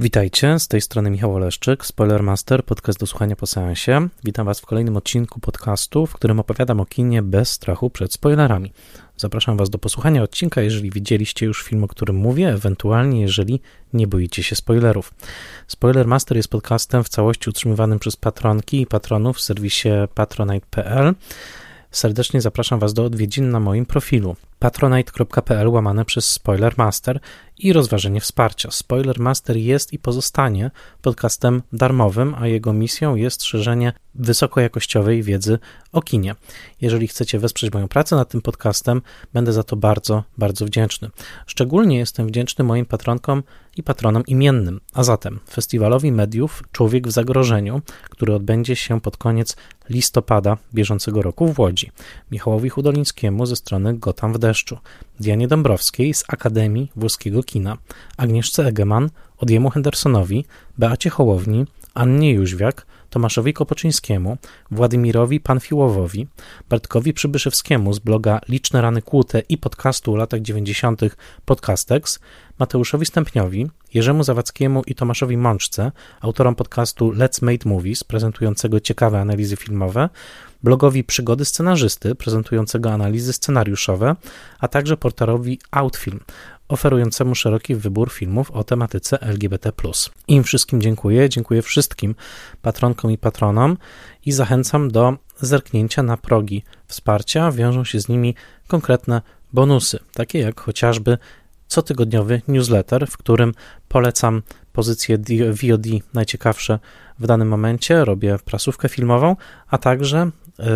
Witajcie, z tej strony Michał Oleszczyk, Spoilermaster, podcast do słuchania po seansie. Witam Was w kolejnym odcinku podcastu, w którym opowiadam o kinie bez strachu przed spoilerami. Zapraszam Was do posłuchania odcinka, jeżeli widzieliście już film, o którym mówię, ewentualnie jeżeli nie boicie się spoilerów. Spoilermaster jest podcastem w całości utrzymywanym przez patronki i patronów w serwisie patronite.pl. Serdecznie zapraszam Was do odwiedzin na moim profilu patronite.pl/Spoilermaster i rozważenie wsparcia. Spoilermaster jest i pozostanie podcastem darmowym, a jego misją jest szerzenie wysokojakościowej wiedzy o kinie. Jeżeli chcecie wesprzeć moją pracę nad tym podcastem, będę za to bardzo, bardzo wdzięczny. Szczególnie jestem wdzięczny moim patronkom i patronom imiennym, a zatem Festiwalowi Mediów Człowiek w Zagrożeniu, który odbędzie się pod koniec listopada bieżącego roku w Łodzi, Michałowi Hudolińskiemu ze strony Gotham w deszczu, Dianie Dąbrowskiej z Akademii Włoskiego Kina, Agnieszce Egeman, Odiemu Hendersonowi, Beacie Hołowni, Annie Jóźwiak, Tomaszowi Kopoczyńskiemu, Władimirowi Panfiłowowi, Bartkowi Przybyszewskiemu z bloga Liczne Rany Kłute i podcastu o latach 90. Podcastex, Mateuszowi Stępniowi, Jerzemu Zawadzkiemu i Tomaszowi Mączce, autorom podcastu Let's Make Movies, prezentującego ciekawe analizy filmowe, blogowi Przygody Scenarzysty, prezentującego analizy scenariuszowe, a także portalowi Outfilm, oferującemu szeroki wybór filmów o tematyce LGBT+. Im wszystkim dziękuję wszystkim patronkom i patronom i zachęcam do zerknięcia na progi wsparcia. Wiążą się z nimi konkretne bonusy, takie jak chociażby cotygodniowy newsletter, w którym polecam pozycje VOD najciekawsze w danym momencie, robię prasówkę filmową, a także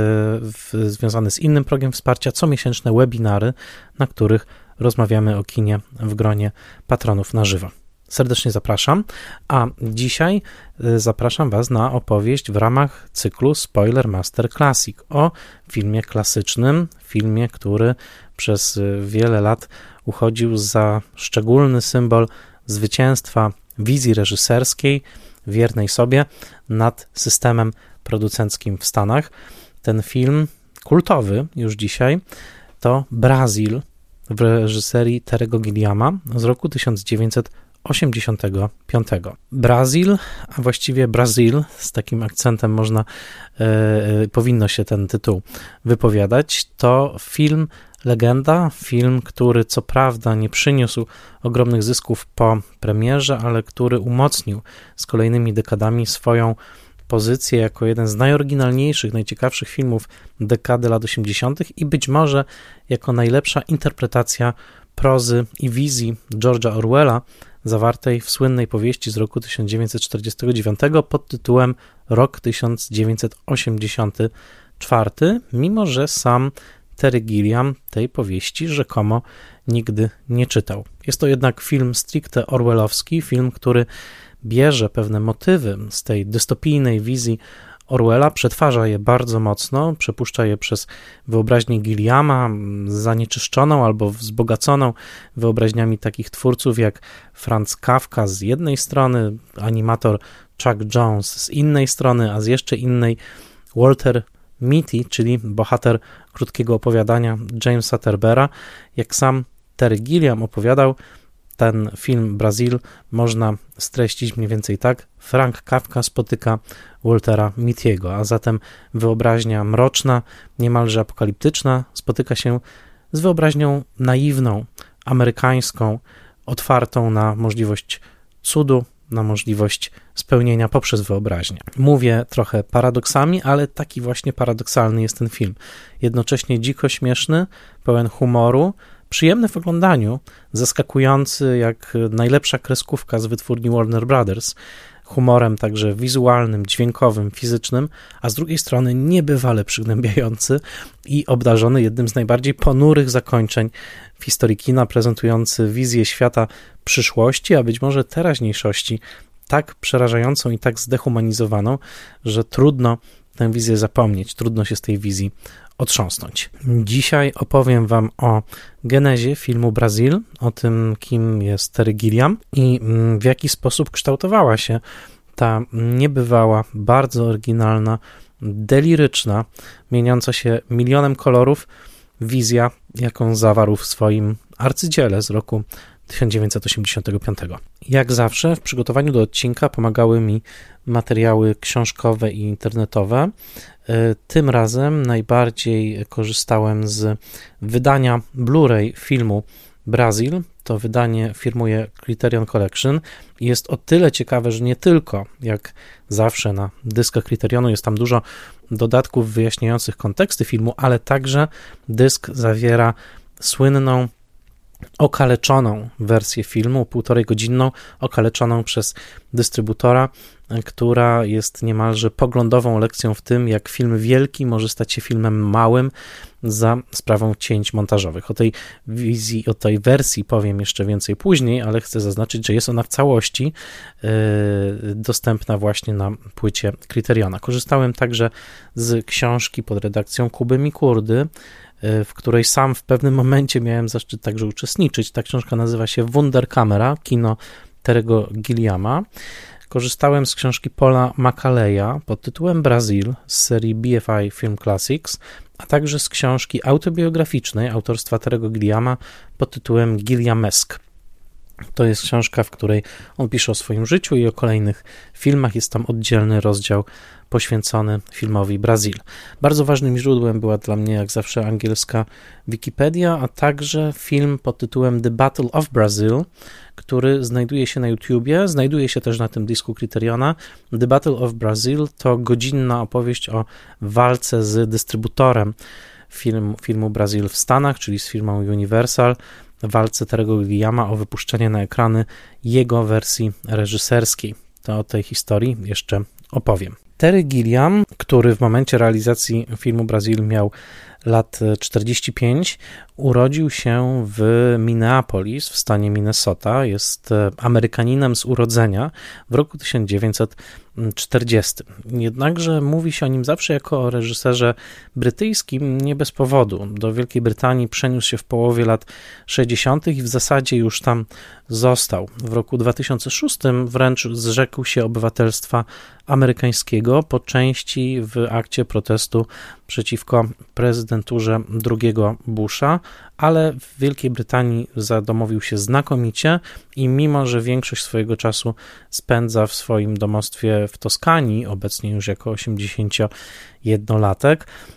związane z innym progiem wsparcia comiesięczne webinary, na których rozmawiamy o kinie w gronie patronów na żywo. Serdecznie zapraszam, a dzisiaj zapraszam Was na opowieść w ramach cyklu Spoilermaster Classic o filmie klasycznym, filmie, który przez wiele lat uchodził za szczególny symbol zwycięstwa wizji reżyserskiej, wiernej sobie, nad systemem producenckim w Stanach. Ten film, kultowy już dzisiaj, to Brazil w reżyserii Terry'ego Gilliama z roku 1985. Brazil, a właściwie Brazil, z takim akcentem powinno się ten tytuł wypowiadać, to film legenda, film, który co prawda nie przyniósł ogromnych zysków po premierze, ale który umocnił z kolejnymi dekadami swoją pozycję jako jeden z najoryginalniejszych, najciekawszych filmów dekady lat 80. i być może jako najlepsza interpretacja prozy i wizji George'a Orwella zawartej w słynnej powieści z roku 1949 pod tytułem Rok 1984, mimo że sam Terry Gilliam tej powieści rzekomo nigdy nie czytał. Jest to jednak film stricte orwellowski, film, który bierze pewne motywy z tej dystopijnej wizji Orwella, przetwarza je bardzo mocno, przepuszcza je przez wyobraźnię Gilliama, zanieczyszczoną albo wzbogaconą wyobraźniami takich twórców jak Franz Kafka z jednej strony, animator Chuck Jones z innej strony, a z jeszcze innej Walter Mitty, czyli bohater krótkiego opowiadania Jamesa Terbera. Jak sam Terry Gilliam opowiadał, ten film Brazil można streścić mniej więcej tak: Frank Kafka spotyka Waltera Mitty'ego, a zatem wyobraźnia mroczna, niemalże apokaliptyczna spotyka się z wyobraźnią naiwną, amerykańską, otwartą na możliwość cudu, na możliwość spełnienia poprzez wyobraźnię. Mówię trochę paradoksami, ale taki właśnie paradoksalny jest ten film. Jednocześnie dziko śmieszny, pełen humoru, przyjemny w oglądaniu, zaskakujący jak najlepsza kreskówka z wytwórni Warner Brothers, humorem także wizualnym, dźwiękowym, fizycznym, a z drugiej strony niebywale przygnębiający i obdarzony jednym z najbardziej ponurych zakończeń w historii kina, prezentujący wizję świata przyszłości, a być może teraźniejszości, tak przerażającą i tak zdehumanizowaną, że trudno tę wizję zapomnieć, trudno się z tej wizji otrząsnąć. Dzisiaj opowiem Wam o genezie filmu Brazil, o tym, kim jest Terry Gilliam i w jaki sposób kształtowała się ta niebywała, bardzo oryginalna, deliryczna, mieniąca się milionem kolorów wizja, jaką zawarł w swoim arcydziele z roku 1985. Jak zawsze w przygotowaniu do odcinka pomagały mi materiały książkowe i internetowe. Tym razem najbardziej korzystałem z wydania Blu-ray filmu Brazil. To wydanie firmuje Criterion Collection i jest o tyle ciekawe, że nie tylko, jak zawsze na dyskach Criterionu, jest tam dużo dodatków wyjaśniających konteksty filmu, ale także dysk zawiera słynną okaleczoną wersję filmu, 1,5-godzinną, okaleczoną przez dystrybutora, która jest niemalże poglądową lekcją w tym, jak film wielki może stać się filmem małym za sprawą cięć montażowych. O tej wizji, o tej wersji powiem jeszcze więcej później, ale chcę zaznaczyć, że jest ona w całości dostępna właśnie na płycie Criteriona. Korzystałem także z książki pod redakcją Kuby Mikurdy, w której sam w pewnym momencie miałem zaszczyt także uczestniczyć. Ta książka nazywa się Wunderkamera, kino Terry'ego Gilliama. Korzystałem z książki Paula Macaleya pod tytułem Brazil z serii BFI Film Classics, a także z książki autobiograficznej autorstwa Terry'ego Gilliama pod tytułem Gilliamesque. To jest książka, w której on pisze o swoim życiu i o kolejnych filmach. Jest tam oddzielny rozdział poświęcony filmowi Brazil. Bardzo ważnym źródłem była dla mnie, jak zawsze, angielska Wikipedia, a także film pod tytułem The Battle of Brazil, który znajduje się na YouTubie, znajduje się też na tym dysku Criteriona. The Battle of Brazil to godzinna opowieść o walce z dystrybutorem filmu Brazil w Stanach, czyli z firmą Universal, walce Terry'ego Gilliama o wypuszczenie na ekrany jego wersji reżyserskiej. To o tej historii jeszcze opowiem. Terry Gilliam, który w momencie realizacji filmu Brazil miał lat 45, urodził się w Minneapolis w stanie Minnesota. Jest Amerykaninem z urodzenia w roku 1940. Jednakże mówi się o nim zawsze jako o reżyserze brytyjskim, nie bez powodu. Do Wielkiej Brytanii przeniósł się w połowie lat 60. i w zasadzie już tam został. W roku 2006 wręcz zrzekł się obywatelstwa amerykańskiego po części w akcie protestu przeciwko prezydenturze drugiego Busha, ale w Wielkiej Brytanii zadomowił się znakomicie i mimo, że większość swojego czasu spędza w swoim domostwie w Toskanii, obecnie już jako 81-latek,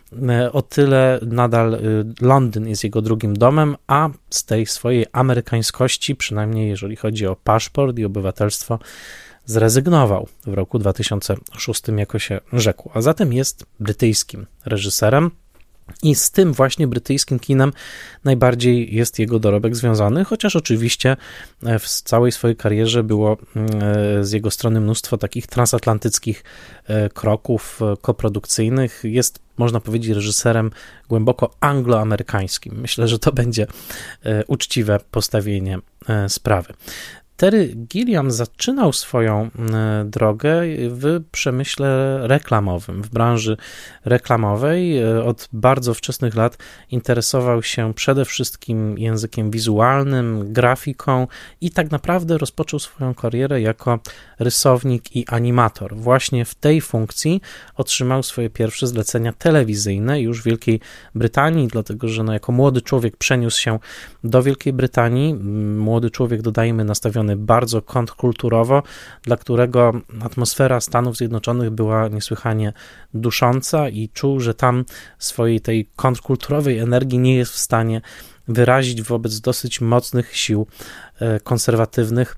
o tyle nadal Londyn jest jego drugim domem, a z tej swojej amerykańskości, przynajmniej jeżeli chodzi o paszport i obywatelstwo, zrezygnował w roku 2006, jako się rzekło, a zatem jest brytyjskim reżyserem. I z tym właśnie brytyjskim kinem najbardziej jest jego dorobek związany, chociaż oczywiście w całej swojej karierze było z jego strony mnóstwo takich transatlantyckich kroków koprodukcyjnych. Jest, można powiedzieć, reżyserem głęboko angloamerykańskim. Myślę, że to będzie uczciwe postawienie sprawy. Terry Gilliam zaczynał swoją drogę w przemyśle reklamowym, w branży reklamowej. Od bardzo wczesnych lat interesował się przede wszystkim językiem wizualnym, grafiką i tak naprawdę rozpoczął swoją karierę jako rysownik i animator. Właśnie w tej funkcji otrzymał swoje pierwsze zlecenia telewizyjne już w Wielkiej Brytanii, dlatego że jako młody człowiek przeniósł się do Wielkiej Brytanii. Młody człowiek, dodajmy, nastawiony bardzo kontrkulturowo, dla którego atmosfera Stanów Zjednoczonych była niesłychanie dusząca i czuł, że tam swojej tej kontrkulturowej energii nie jest w stanie wyrazić wobec dosyć mocnych sił konserwatywnych,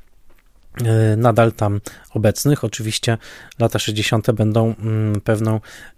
nadal tam obecnych. Oczywiście lata 60. będą pewną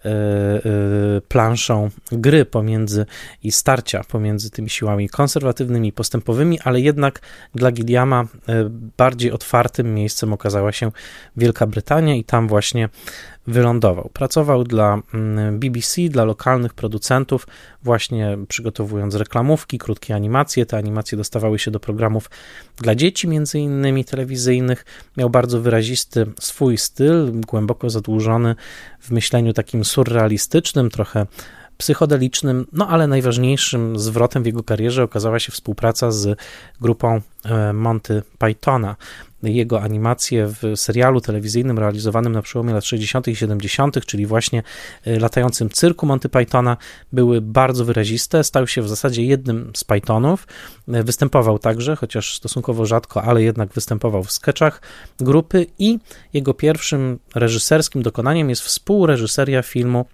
planszą gry i starcia pomiędzy tymi siłami konserwatywnymi i postępowymi, ale jednak dla Gilliama bardziej otwartym miejscem okazała się Wielka Brytania i tam właśnie wylądował. Pracował dla BBC, dla lokalnych producentów, właśnie przygotowując reklamówki, krótkie animacje. Te animacje dostawały się do programów dla dzieci, między innymi telewizyjnych. Miał bardzo wyrazisty swój styl, głęboko zadłużony w myśleniu takim surrealistycznym, trochę psychodelicznym, no ale najważniejszym zwrotem w jego karierze okazała się współpraca z grupą Monty Pythona. jego animacje w serialu telewizyjnym realizowanym na przełomie lat 60. i 70., czyli właśnie latającym cyrku Monty Pythona, były bardzo wyraziste. Stał się w zasadzie jednym z Pythonów. Występował także, chociaż stosunkowo rzadko, ale jednak występował w sketchach grupy i jego pierwszym reżyserskim dokonaniem jest współreżyseria filmu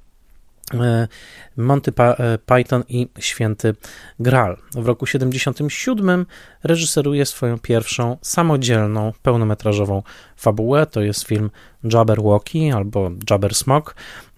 Monty Python i Święty Graal. W roku 1977 reżyseruje swoją pierwszą samodzielną, pełnometrażową fabułę. To jest film Jabberwocky albo Jabbersmock,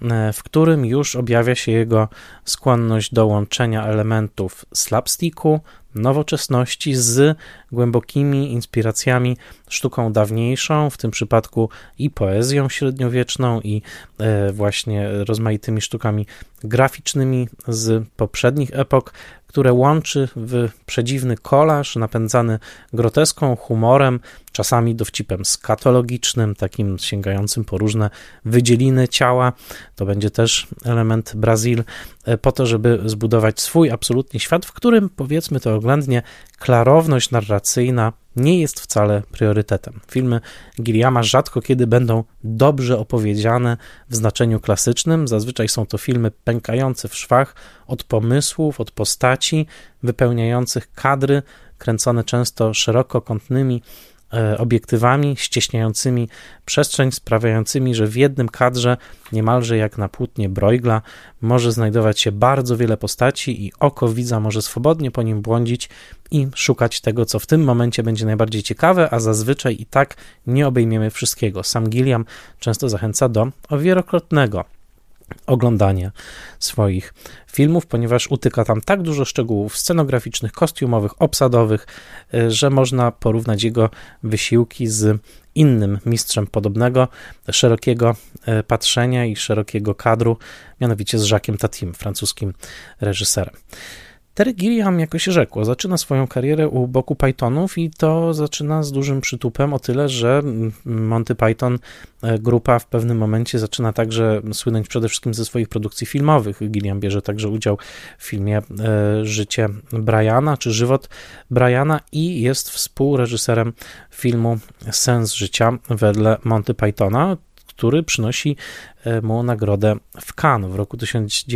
w którym już objawia się jego skłonność do łączenia elementów slapsticku, nowoczesności z głębokimi inspiracjami sztuką dawniejszą, w tym przypadku i poezją średniowieczną, i właśnie rozmaitymi sztukami graficznymi z poprzednich epok, które łączy w przedziwny kolaż napędzany groteską, humorem, czasami dowcipem skatologicznym, takim sięgającym po różne wydzieliny ciała. To będzie też element Brazil, po to, żeby zbudować swój absolutnie świat, w którym, powiedzmy to oględnie, klarowność narracyjna nie jest wcale priorytetem. Filmy Gilliama rzadko kiedy będą dobrze opowiedziane w znaczeniu klasycznym. Zazwyczaj są to filmy pękające w szwach od pomysłów, od postaci, wypełniających kadry, kręcone często szerokokątnymi obiektywami, ścieśniającymi przestrzeń, sprawiającymi, że w jednym kadrze, niemalże jak na płótnie Bruegla, może znajdować się bardzo wiele postaci i oko widza może swobodnie po nim błądzić i szukać tego, co w tym momencie będzie najbardziej ciekawe, a zazwyczaj i tak nie obejmiemy wszystkiego. Sam Gilliam często zachęca do wielokrotnego oglądania swoich filmów, ponieważ utyka tam tak dużo szczegółów scenograficznych, kostiumowych, obsadowych, że można porównać jego wysiłki z innym mistrzem podobnego, szerokiego patrzenia i szerokiego kadru, mianowicie z Jacques'em Tatim, francuskim reżyserem. Terry Gilliam, jako się rzekło, zaczyna swoją karierę u boku Pythonów i to zaczyna z dużym przytupem, o tyle, że Monty Python, grupa, w pewnym momencie zaczyna także słynąć przede wszystkim ze swoich produkcji filmowych. Gilliam bierze także udział w filmie Życie Briana, czy Żywot Briana, i jest współreżyserem filmu Sens życia wedle Monty Pythona, który przynosi mu nagrodę w Cannes. W roku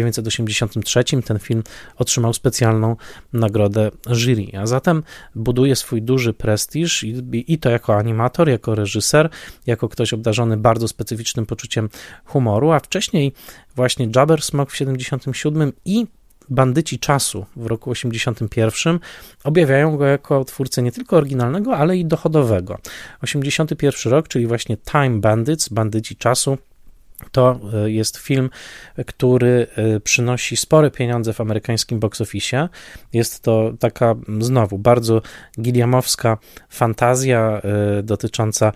1983 ten film otrzymał specjalną nagrodę jury, a zatem buduje swój duży prestiż i to jako animator, jako reżyser, jako ktoś obdarzony bardzo specyficznym poczuciem humoru, a wcześniej właśnie Jabbersmock w 1977 i Bandyci czasu w roku 1981 objawiają go jako twórcę nie tylko oryginalnego, ale i dochodowego. 1981 rok, czyli właśnie Time Bandits, Bandyci czasu, to jest film, który przynosi spore pieniądze w amerykańskim box office. Jest to taka znowu bardzo gilliamowska fantazja dotycząca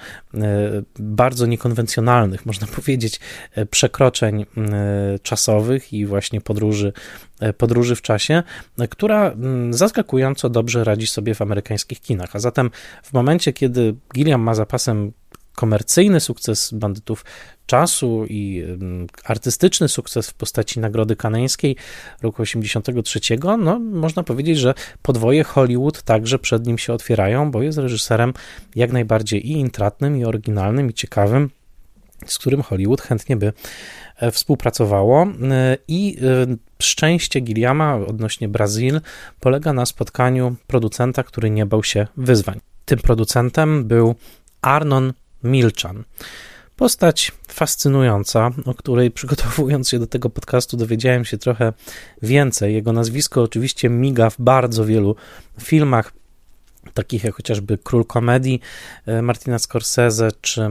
bardzo niekonwencjonalnych, można powiedzieć, przekroczeń czasowych i właśnie podróży w czasie, która zaskakująco dobrze radzi sobie w amerykańskich kinach. A zatem w momencie, kiedy Gilliam ma za pasem komercyjny sukces Bandytów czasu i artystyczny sukces w postaci Nagrody Kaneńskiej roku 1983, no można powiedzieć, że podwoje Hollywood także przed nim się otwierają, bo jest reżyserem jak najbardziej i intratnym, i oryginalnym, i ciekawym, z którym Hollywood chętnie by współpracowało. I szczęście Gilliama odnośnie Brazil polega na spotkaniu producenta, który nie bał się wyzwań. Tym producentem był Arnon Milchan. Postać fascynująca, o której przygotowując się do tego podcastu dowiedziałem się trochę więcej. Jego nazwisko oczywiście miga w bardzo wielu filmach, takich jak chociażby Król Komedii Martina Scorsese,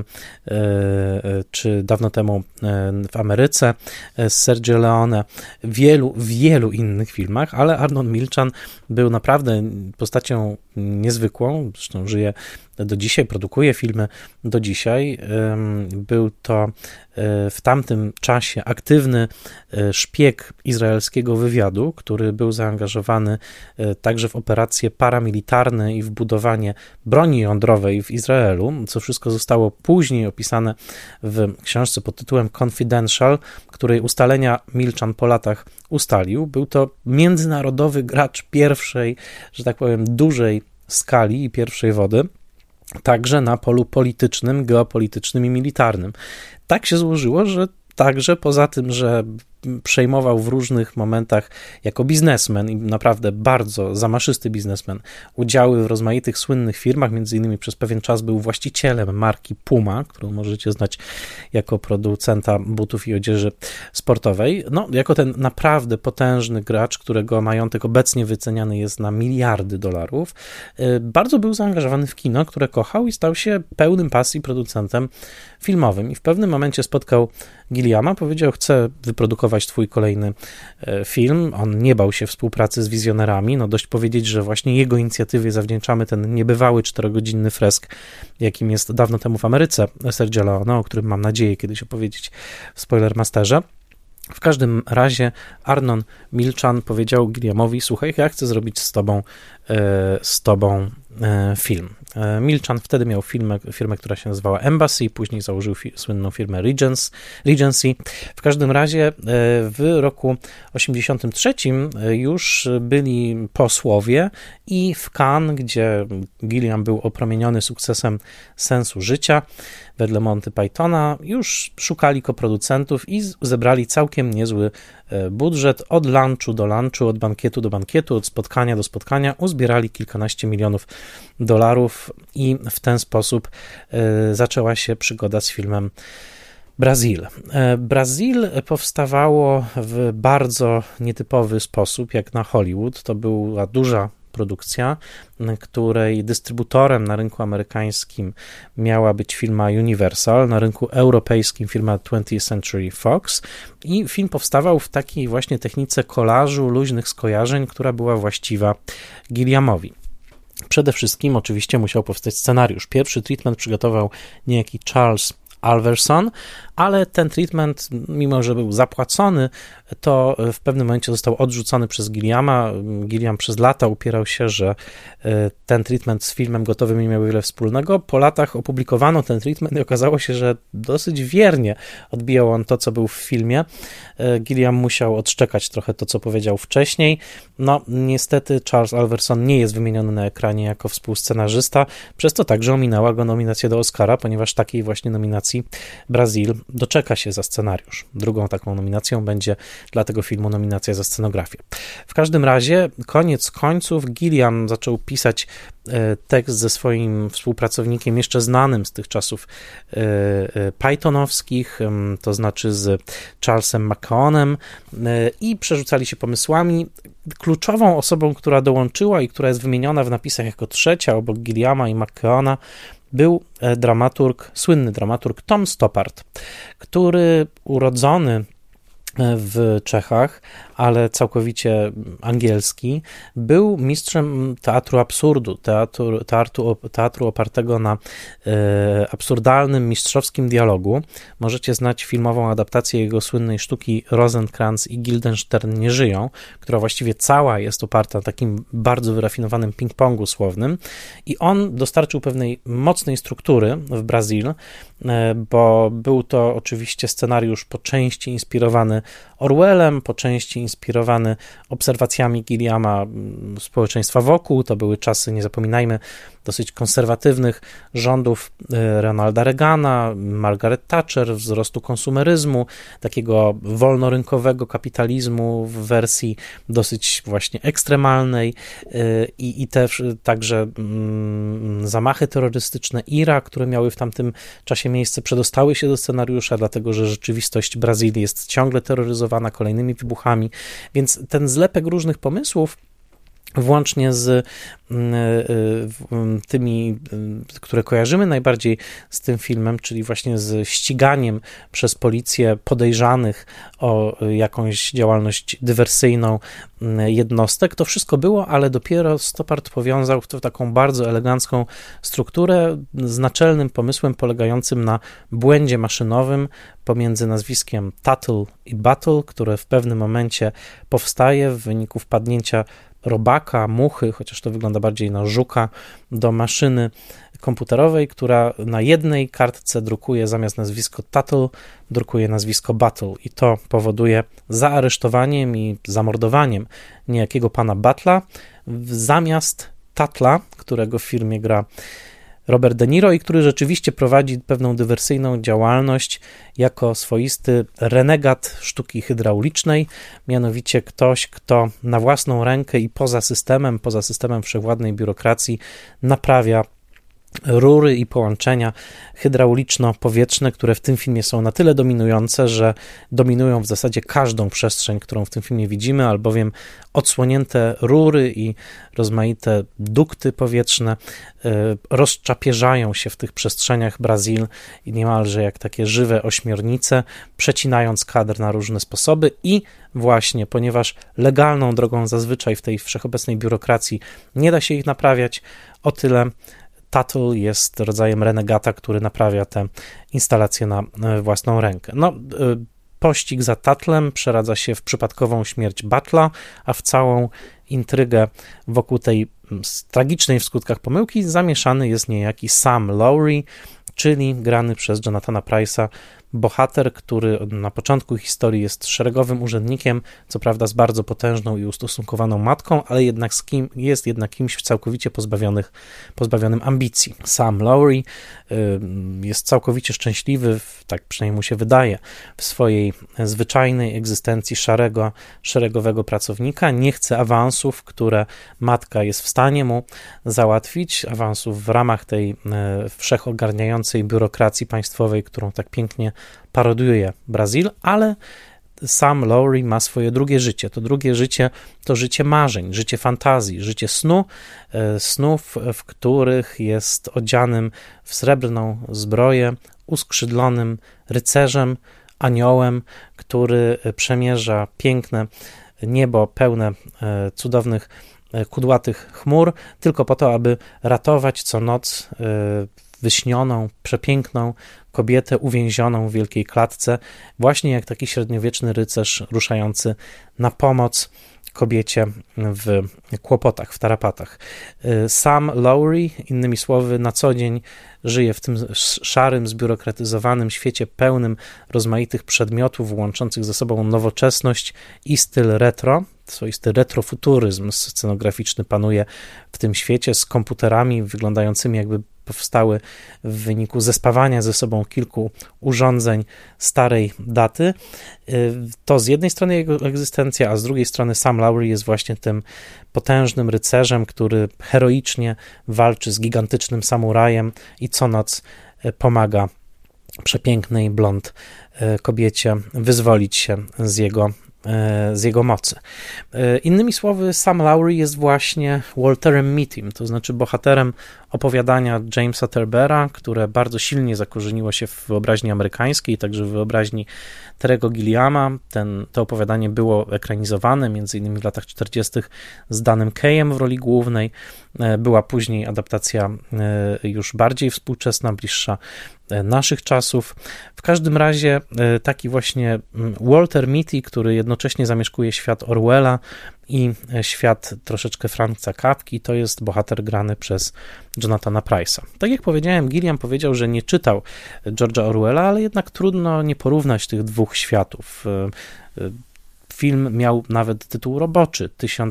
czy dawno temu w Ameryce z Sergio Leone, wielu innych filmach, ale Arnon Milchan był naprawdę postacią niezwykłą, zresztą żyje do dzisiaj, produkuje filmy do dzisiaj. Był to w tamtym czasie aktywny szpieg izraelskiego wywiadu, który był zaangażowany także w operacje paramilitarne i w budowanie broni jądrowej w Izraelu, co wszystko zostało później opisane w książce pod tytułem Confidential, której ustalenia Milchan po latach ustalił. Był to międzynarodowy gracz pierwszej, że tak powiem, dużej skali i pierwszej wody. także na polu politycznym, geopolitycznym i militarnym. Tak się złożyło, że także poza tym, że przejmował w różnych momentach jako biznesmen i naprawdę bardzo zamaszysty biznesmen udziały w rozmaitych słynnych firmach, między innymi przez pewien czas był właścicielem marki Puma, którą możecie znać jako producenta butów i odzieży sportowej. No, jako ten naprawdę potężny gracz, którego majątek obecnie wyceniany jest na miliardy dolarów, bardzo był zaangażowany w kino, które kochał i stał się pełnym pasji producentem filmowym. I w pewnym momencie spotkał Gilliama, powiedział: chcę wyprodukować twój kolejny film. On nie bał się współpracy z wizjonerami. No dość powiedzieć, że właśnie jego inicjatywie zawdzięczamy ten niebywały 4-godzinny fresk, jakim jest dawno temu w Ameryce Sergio Leone, o którym mam nadzieję kiedyś opowiedzieć w Spoilermasterze. W każdym razie Arnon Milchan powiedział Gilliamowi: słuchaj, ja chcę zrobić z tobą film. Milchan wtedy miał firmę, która się nazywała Embassy, później założył słynną firmę Regency. W każdym razie w roku 1983 już byli posłowie i w Cannes, gdzie Gilliam był opromieniony sukcesem Sensu życia wedle Monty Pythona, już szukali koproducentów i zebrali całkiem niezły budżet. Od lunchu do lunchu, od bankietu do bankietu, od spotkania do spotkania uzbierali kilkanaście milionów dolarów i w ten sposób zaczęła się przygoda z filmem Brazil. Brazil powstawało w bardzo nietypowy sposób, jak na Hollywood. To była duża produkcja, której dystrybutorem na rynku amerykańskim miała być firma Universal, na rynku europejskim firma 20th Century Fox i film powstawał w takiej właśnie technice kolażu, luźnych skojarzeń, która była właściwa Gilliamowi. Przede wszystkim oczywiście musiał powstać scenariusz. Pierwszy treatment przygotował niejaki Charles Alverson, ale ten treatment, mimo że był zapłacony, to w pewnym momencie został odrzucony przez Gilliama. Gilliam przez lata upierał się, że ten treatment z filmem gotowym nie miał wiele wspólnego. Po latach opublikowano ten treatment i okazało się, że dosyć wiernie odbijał on to, co był w filmie. Gilliam musiał odszczekać trochę to, co powiedział wcześniej. No, niestety Charles Alverson nie jest wymieniony na ekranie jako współscenarzysta, przez to także ominęła go nominacja do Oscara, ponieważ takiej właśnie nominacji Brazil doczeka się za scenariusz. Drugą taką nominacją będzie dla tego filmu nominacja za scenografię. W każdym razie, koniec końców, Gilliam zaczął pisać tekst ze swoim współpracownikiem, jeszcze znanym z tych czasów pythonowskich, to znaczy z Charlesem McKeonem, i przerzucali się pomysłami. Kluczową osobą, która dołączyła i która jest wymieniona w napisach jako trzecia obok Gilliama i McKeona, był słynny dramaturg Tom Stoppard, który urodzony w Czechach, ale całkowicie angielski, był mistrzem teatru absurdu, teatru opartego na absurdalnym, mistrzowskim dialogu. Możecie znać filmową adaptację jego słynnej sztuki Rosencrantz i Guildenstern nie żyją, która właściwie cała jest oparta na takim bardzo wyrafinowanym ping-pongu słownym, i on dostarczył pewnej mocnej struktury w Brazil, bo był to oczywiście scenariusz po części inspirowany Orwellem, po części inspirowany obserwacjami Gilliama społeczeństwa wokół. To były czasy, nie zapominajmy, dosyć konserwatywnych rządów Ronalda Reagana, Margaret Thatcher, wzrostu konsumeryzmu, takiego wolnorynkowego kapitalizmu w wersji dosyć właśnie ekstremalnej, i te także zamachy terrorystyczne IRA, które miały w tamtym czasie miejsce, przedostały się do scenariusza, dlatego że rzeczywistość Brazylii jest ciągle terroryzowana kolejnymi wybuchami, więc ten zlepek różnych pomysłów, włącznie z tymi, które kojarzymy najbardziej z tym filmem, czyli właśnie z ściganiem przez policję podejrzanych o jakąś działalność dywersyjną jednostek, to wszystko było, ale dopiero Stoppard powiązał to w taką bardzo elegancką strukturę z naczelnym pomysłem polegającym na błędzie maszynowym pomiędzy nazwiskiem Tuttle i Battle, które w pewnym momencie powstaje w wyniku wpadnięcia robaka, muchy, chociaż to wygląda bardziej na żuka, do maszyny komputerowej, która na jednej kartce drukuje zamiast nazwisko Tuttle, drukuje nazwisko Battle, i to powoduje zaaresztowaniem i zamordowaniem niejakiego pana Battla zamiast Tuttla, którego w filmie gra Robert De Niro i który rzeczywiście prowadzi pewną dywersyjną działalność jako swoisty renegat sztuki hydraulicznej, mianowicie ktoś, kto na własną rękę i poza systemem wszechwładnej biurokracji naprawia rury i połączenia hydrauliczno-powietrzne, które w tym filmie są na tyle dominujące, że dominują w zasadzie każdą przestrzeń, którą w tym filmie widzimy, albowiem odsłonięte rury i rozmaite dukty powietrzne rozczapierzają się w tych przestrzeniach Brazil i niemalże jak takie żywe ośmiornice, przecinając kadr na różne sposoby i właśnie, ponieważ legalną drogą zazwyczaj w tej wszechobecnej biurokracji nie da się ich naprawiać, o tyle Tuttle jest rodzajem renegata, który naprawia te instalacje na własną rękę. Pościg za Tuttlem przeradza się w przypadkową śmierć Buttla, a w całą intrygę wokół tej tragicznej w skutkach pomyłki zamieszany jest niejaki Sam Lowry, czyli grany przez Jonathana Price'a, bohater, który na początku historii jest szeregowym urzędnikiem, co prawda z bardzo potężną i ustosunkowaną matką, ale jest jednak kimś całkowicie pozbawionym ambicji. Sam Lowry jest całkowicie szczęśliwy, tak przynajmniej mu się wydaje, w swojej zwyczajnej egzystencji szeregowego pracownika. Nie chce awansów, które matka jest w stanie mu załatwić, awansów w ramach tej wszechogarniającej biurokracji państwowej, którą tak pięknie parodiuje Brazil, ale Sam Lowry ma swoje drugie życie. To drugie życie to życie marzeń, życie fantazji, życie snów, w których jest odzianym w srebrną zbroję, uskrzydlonym rycerzem, aniołem, który przemierza piękne niebo pełne cudownych kudłatych chmur, tylko po to, aby ratować co noc wyśnioną, przepiękną kobietę uwięzioną w wielkiej klatce, właśnie jak taki średniowieczny rycerz ruszający na pomoc kobiecie w kłopotach, w tarapatach. Sam Lowry, innymi słowy, na co dzień żyje w tym szarym, zbiurokratyzowanym świecie pełnym rozmaitych przedmiotów łączących ze sobą nowoczesność i styl retro. Swoisty retrofuturyzm scenograficzny panuje w tym świecie z komputerami wyglądającymi jakby powstały w wyniku zespawania ze sobą kilku urządzeń starej daty. To z jednej strony jego egzystencja, a z drugiej strony Sam Lowry jest właśnie tym potężnym rycerzem, który heroicznie walczy z gigantycznym samurajem i co noc pomaga przepięknej blond kobiecie wyzwolić się z jego mocy. Innymi słowy, Sam Lowry jest właśnie Walterem Mittim, to znaczy bohaterem opowiadania Jamesa Terbera, które bardzo silnie zakorzeniło się w wyobraźni amerykańskiej, także w wyobraźni Terry'ego Gilliama. To opowiadanie było ekranizowane m.in. w latach 40. z Danem Kaye'em w roli głównej. Była później adaptacja już bardziej współczesna, bliższa naszych czasów. W każdym razie taki właśnie Walter Mitty, który jednocześnie zamieszkuje świat Orwella i świat troszeczkę Franza Kafki, to jest bohater grany przez Jonathana Price'a. Tak jak powiedziałem, Gilliam powiedział, że nie czytał George'a Orwella, ale jednak trudno nie porównać tych dwóch światów. Film miał nawet tytuł roboczy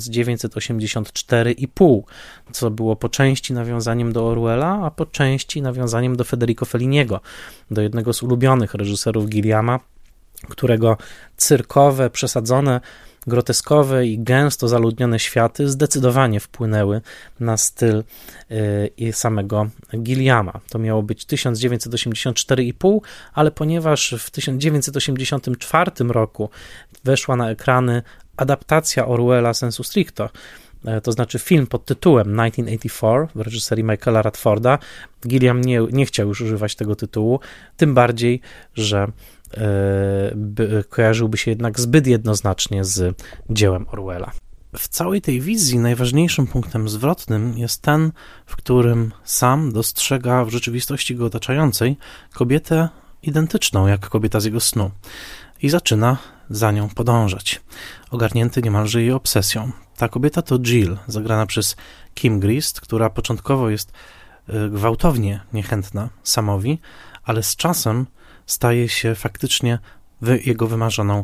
1984,5, co było po części nawiązaniem do Orwella, a po części nawiązaniem do Federico Felliniego, do jednego z ulubionych reżyserów Gilliama, którego cyrkowe, przesadzone, groteskowe i gęsto zaludnione światy zdecydowanie wpłynęły na styl samego Gilliama. To miało być 1984,5, ale ponieważ w 1984 roku weszła na ekrany adaptacja Orwella sensu stricto, to znaczy film pod tytułem 1984 w reżyserii Michaela Radforda, Gilliam nie chciał już używać tego tytułu, tym bardziej, że kojarzyłby się jednak zbyt jednoznacznie z dziełem Orwella. W całej tej wizji najważniejszym punktem zwrotnym jest ten, w którym Sam dostrzega w rzeczywistości go otaczającej kobietę identyczną jak kobieta z jego snu i zaczyna za nią podążać, ogarnięty niemalże jej obsesją. Ta kobieta to Jill, zagrana przez Kim Grist, która początkowo jest gwałtownie niechętna Samowi, ale z czasem staje się faktycznie jego wymarzoną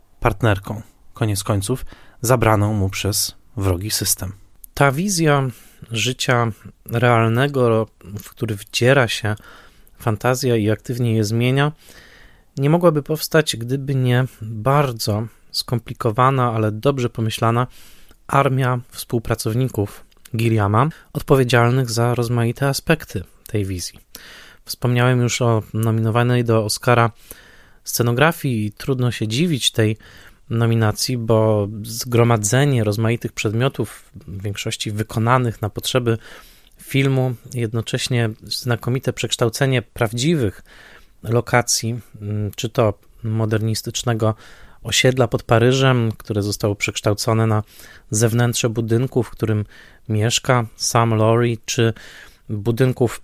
partnerką. Koniec końców zabraną mu przez wrogi system. Ta wizja życia realnego, w który wdziera się fantazja i aktywnie je zmienia, nie mogłaby powstać, gdyby nie bardzo skomplikowana, ale dobrze pomyślana armia współpracowników Gilliama, odpowiedzialnych za rozmaite aspekty tej wizji. Wspomniałem już o nominowanej do Oscara scenografii i trudno się dziwić tej nominacji, bo zgromadzenie rozmaitych przedmiotów, w większości wykonanych na potrzeby filmu, jednocześnie znakomite przekształcenie prawdziwych lokacji, czy to modernistycznego osiedla pod Paryżem, które zostało przekształcone na zewnętrze budynku, w którym mieszka Sam Laurie, czy budynków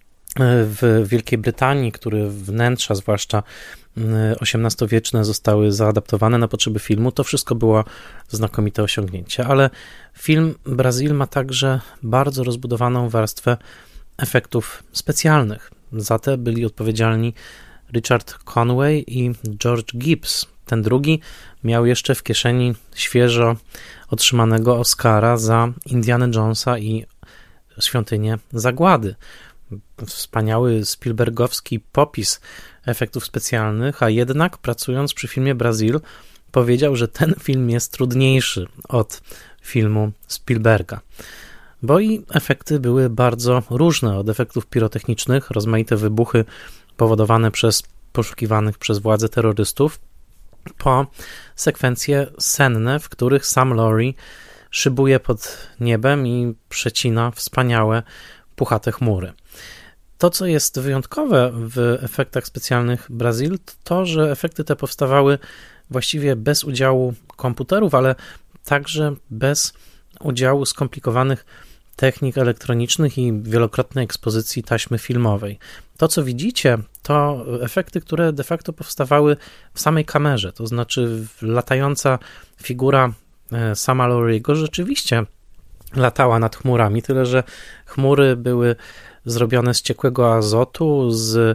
w Wielkiej Brytanii, które wnętrza, zwłaszcza XVIII-wieczne, zostały zaadaptowane na potrzeby filmu. To wszystko było znakomite osiągnięcie, ale film Brazil ma także bardzo rozbudowaną warstwę efektów specjalnych. Za te byli odpowiedzialni Richard Conway i George Gibbs. Ten drugi miał jeszcze w kieszeni świeżo otrzymanego Oscara za Indiana Jonesa i Świątynię Zagłady. Wspaniały Spielbergowski popis efektów specjalnych, a jednak pracując przy filmie Brazil powiedział, że ten film jest trudniejszy od filmu Spielberga. Bo i efekty były bardzo różne, od efektów pirotechnicznych, rozmaite wybuchy powodowane przez poszukiwanych przez władze terrorystów, po sekwencje senne, w których Sam Laurie szybuje pod niebem i przecina wspaniałe, puchate chmury. To, co jest wyjątkowe w efektach specjalnych Brazil, to to, że efekty te powstawały właściwie bez udziału komputerów, ale także bez udziału skomplikowanych technik elektronicznych i wielokrotnej ekspozycji taśmy filmowej. To, co widzicie, to efekty, które de facto powstawały w samej kamerze, to znaczy latająca figura Sama Lauriego rzeczywiście latała nad chmurami, tyle że chmury były zrobione z ciekłego azotu, z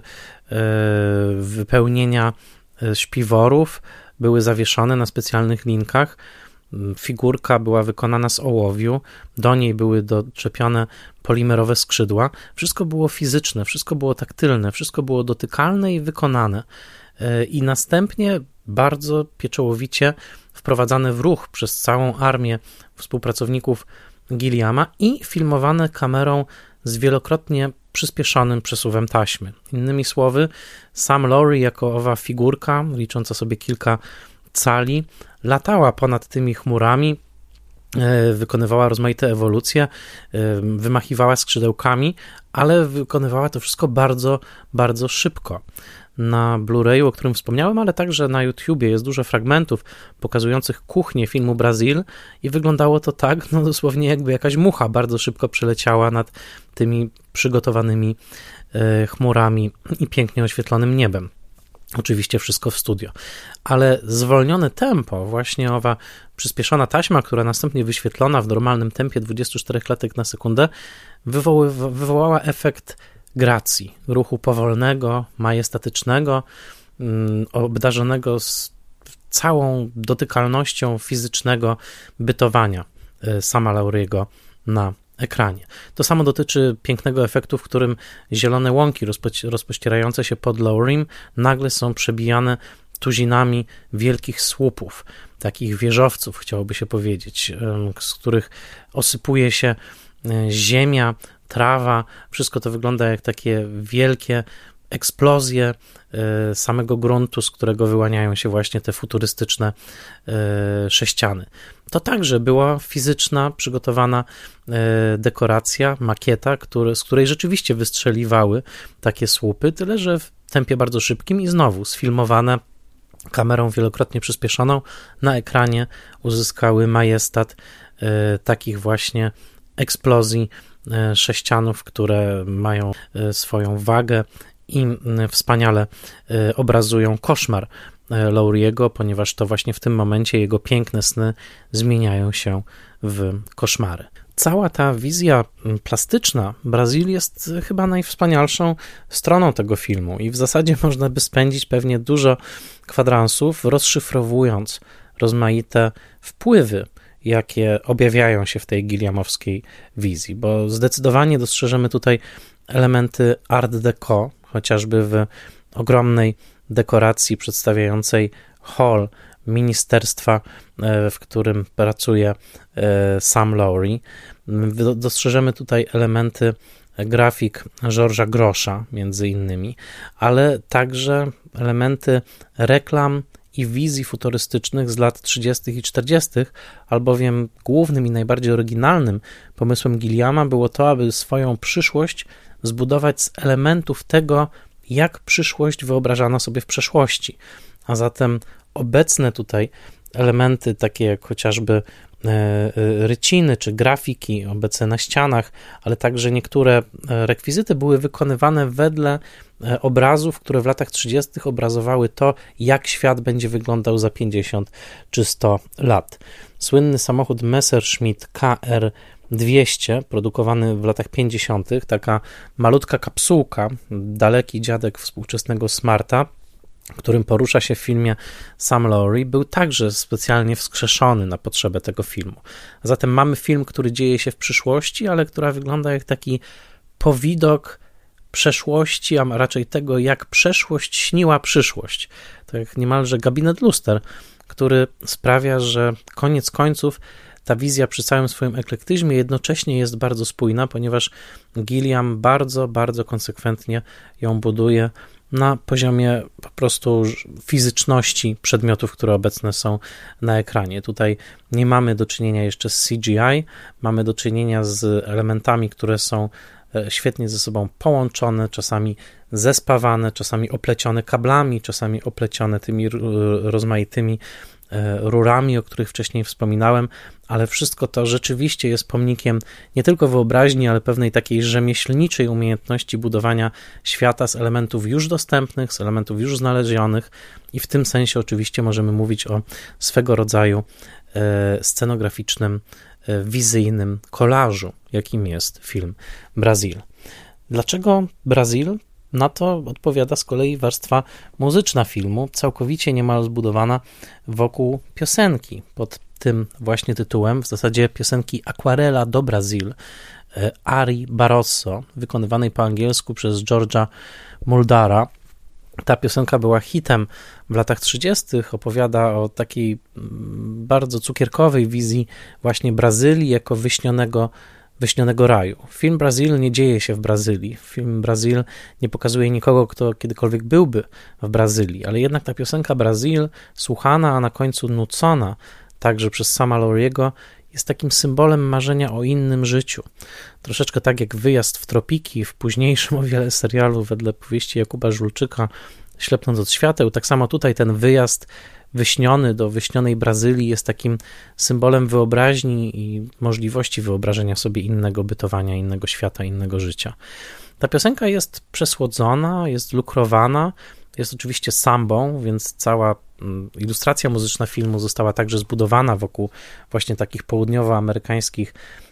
wypełnienia śpiworów, były zawieszone na specjalnych linkach. Figurka była wykonana z ołowiu, do niej były doczepione polimerowe skrzydła. Wszystko było fizyczne, wszystko było taktylne, wszystko było dotykalne i wykonane. I następnie bardzo pieczołowicie wprowadzane w ruch przez całą armię współpracowników Gilliama i filmowane kamerą z wielokrotnie przyspieszonym przesuwem taśmy. Innymi słowy, Sam Laurie jako owa figurka, licząca sobie kilka cali, latała ponad tymi chmurami, wykonywała rozmaite ewolucje, wymachiwała skrzydełkami, ale wykonywała to wszystko bardzo, bardzo szybko. Na Blu-rayu, o którym wspomniałem, ale także na YouTubie jest dużo fragmentów pokazujących kuchnię filmu Brazil i wyglądało to tak, no dosłownie jakby jakaś mucha bardzo szybko przeleciała nad tymi przygotowanymi chmurami i pięknie oświetlonym niebem. Oczywiście wszystko w studio, ale zwolnione tempo, właśnie owa przyspieszona taśma, która następnie wyświetlona w normalnym tempie 24 klatek na sekundę, wywołała efekt gracji, ruchu powolnego, majestatycznego, obdarzonego z całą dotykalnością fizycznego bytowania Sama Lauriego na ekranie. To samo dotyczy pięknego efektu, w którym zielone łąki rozpościerające się pod Lauriem nagle są przebijane tuzinami wielkich słupów, takich wieżowców, chciałoby się powiedzieć, z których osypuje się ziemia, trawa, wszystko to wygląda jak takie wielkie eksplozje samego gruntu, z którego wyłaniają się właśnie te futurystyczne sześciany. To także była fizyczna, przygotowana dekoracja, makieta, z której rzeczywiście wystrzeliwały takie słupy, tyle że w tempie bardzo szybkim i znowu sfilmowane kamerą wielokrotnie przyspieszoną na ekranie uzyskały majestat takich właśnie eksplozji sześcianów, które mają swoją wagę i wspaniale obrazują koszmar Lauriego, ponieważ to właśnie w tym momencie jego piękne sny zmieniają się w koszmary. Cała ta wizja plastyczna Brazil jest chyba najwspanialszą stroną tego filmu i w zasadzie można by spędzić pewnie dużo kwadransów rozszyfrowując rozmaite wpływy jakie objawiają się w tej gilliamowskiej wizji, bo zdecydowanie dostrzeżemy tutaj elementy art deco, chociażby w ogromnej dekoracji przedstawiającej hall ministerstwa, w którym pracuje Sam Lowry. Dostrzeżemy tutaj elementy grafik Georgesa Grosza między innymi, ale także elementy reklam i wizji futurystycznych z lat 30. i 40., albowiem głównym i najbardziej oryginalnym pomysłem Gilliama było to, aby swoją przyszłość zbudować z elementów tego, jak przyszłość wyobrażano sobie w przeszłości. A zatem obecne tutaj elementy takie jak chociażby ryciny czy grafiki obecne na ścianach, ale także niektóre rekwizyty były wykonywane wedle obrazów, które w latach 30. obrazowały to, jak świat będzie wyglądał za 50 czy 100 lat. Słynny samochód Messerschmitt KR-200, produkowany w latach 50., taka malutka kapsułka, daleki dziadek współczesnego Smarta, którym porusza się w filmie Sam Lowry, był także specjalnie wskrzeszony na potrzebę tego filmu. A zatem mamy film, który dzieje się w przyszłości, ale która wygląda jak taki powidok przeszłości, a raczej tego, jak przeszłość śniła przyszłość. To jak niemalże gabinet luster, który sprawia, że koniec końców ta wizja przy całym swoim eklektyzmie jednocześnie jest bardzo spójna, ponieważ Gilliam bardzo, bardzo konsekwentnie ją buduje na poziomie po prostu fizyczności przedmiotów, które obecne są na ekranie. Tutaj nie mamy do czynienia jeszcze z CGI, mamy do czynienia z elementami, które są świetnie ze sobą połączone, czasami zespawane, czasami oplecione kablami, czasami oplecione tymi rozmaitymi rurami, o których wcześniej wspominałem, ale wszystko to rzeczywiście jest pomnikiem nie tylko wyobraźni, ale pewnej takiej rzemieślniczej umiejętności budowania świata z elementów już dostępnych, z elementów już znalezionych i w tym sensie oczywiście możemy mówić o swego rodzaju scenograficznym, wizyjnym kolażu, jakim jest film Brazil. Dlaczego Brazil? Na to odpowiada z kolei warstwa muzyczna filmu, całkowicie niemal zbudowana wokół piosenki pod tym właśnie tytułem, w zasadzie piosenki Aquarela do Brazil, Arii Barroso, wykonywanej po angielsku przez George'a Muldara. Ta piosenka była hitem w latach 30., opowiada o takiej bardzo cukierkowej wizji właśnie Brazylii jako wyśnionego raju. Film Brazil nie dzieje się w Brazylii. Film Brazil nie pokazuje nikogo, kto kiedykolwiek byłby w Brazylii, ale jednak ta piosenka Brazil, słuchana, a na końcu nucona także przez Sama Lowry'ego, jest takim symbolem marzenia o innym życiu. Troszeczkę tak jak wyjazd w tropiki w późniejszym o wiele serialu wedle powieści Jakuba Żulczyka Ślepnąc od świateł, tak samo tutaj ten wyjazd wyśniony do wyśnionej Brazylii jest takim symbolem wyobraźni i możliwości wyobrażenia sobie innego bytowania, innego świata, innego życia. Ta piosenka jest przesłodzona, jest lukrowana, jest oczywiście sambą, więc cała ilustracja muzyczna filmu została także zbudowana wokół właśnie takich południowoamerykańskich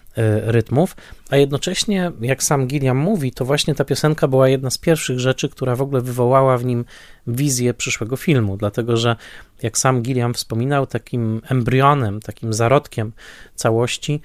rytmów, a jednocześnie, jak sam Gilliam mówi, to właśnie ta piosenka była jedna z pierwszych rzeczy, która w ogóle wywołała w nim wizję przyszłego filmu, dlatego że, jak sam Gilliam wspominał, takim embrionem, takim zarodkiem całości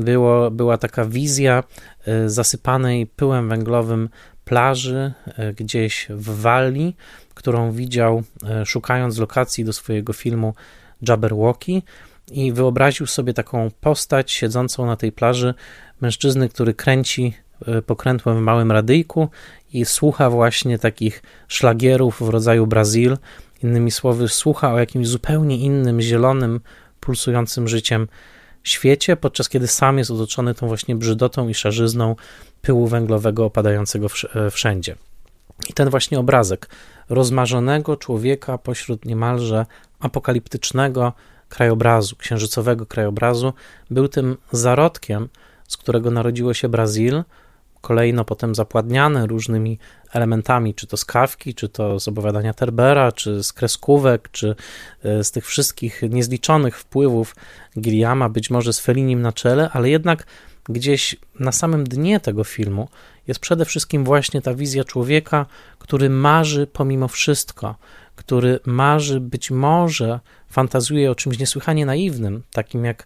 była taka wizja zasypanej pyłem węglowym plaży gdzieś w Walii, którą widział szukając lokacji do swojego filmu Jabberwocky, i wyobraził sobie taką postać siedzącą na tej plaży, mężczyzny, który kręci pokrętłem w małym radyjku i słucha właśnie takich szlagierów w rodzaju Brazil. Innymi słowy, słucha o jakimś zupełnie innym, zielonym, pulsującym życiem świecie, podczas kiedy sam jest otoczony tą właśnie brzydotą i szarzyzną pyłu węglowego opadającego wszędzie. I ten właśnie obrazek rozmarzonego człowieka pośród niemalże apokaliptycznego krajobrazu, księżycowego krajobrazu, był tym zarodkiem, z którego narodziło się Brazil, kolejno potem zapładniane różnymi elementami, czy to z Kafki, czy to z opowiadania Terbera, czy z kreskówek, czy z tych wszystkich niezliczonych wpływów Gilliama, być może z Fellinim na czele, ale jednak gdzieś na samym dnie tego filmu jest przede wszystkim właśnie ta wizja człowieka, który marzy pomimo wszystko, który marzy, być może fantazuje o czymś niesłychanie naiwnym, takim jak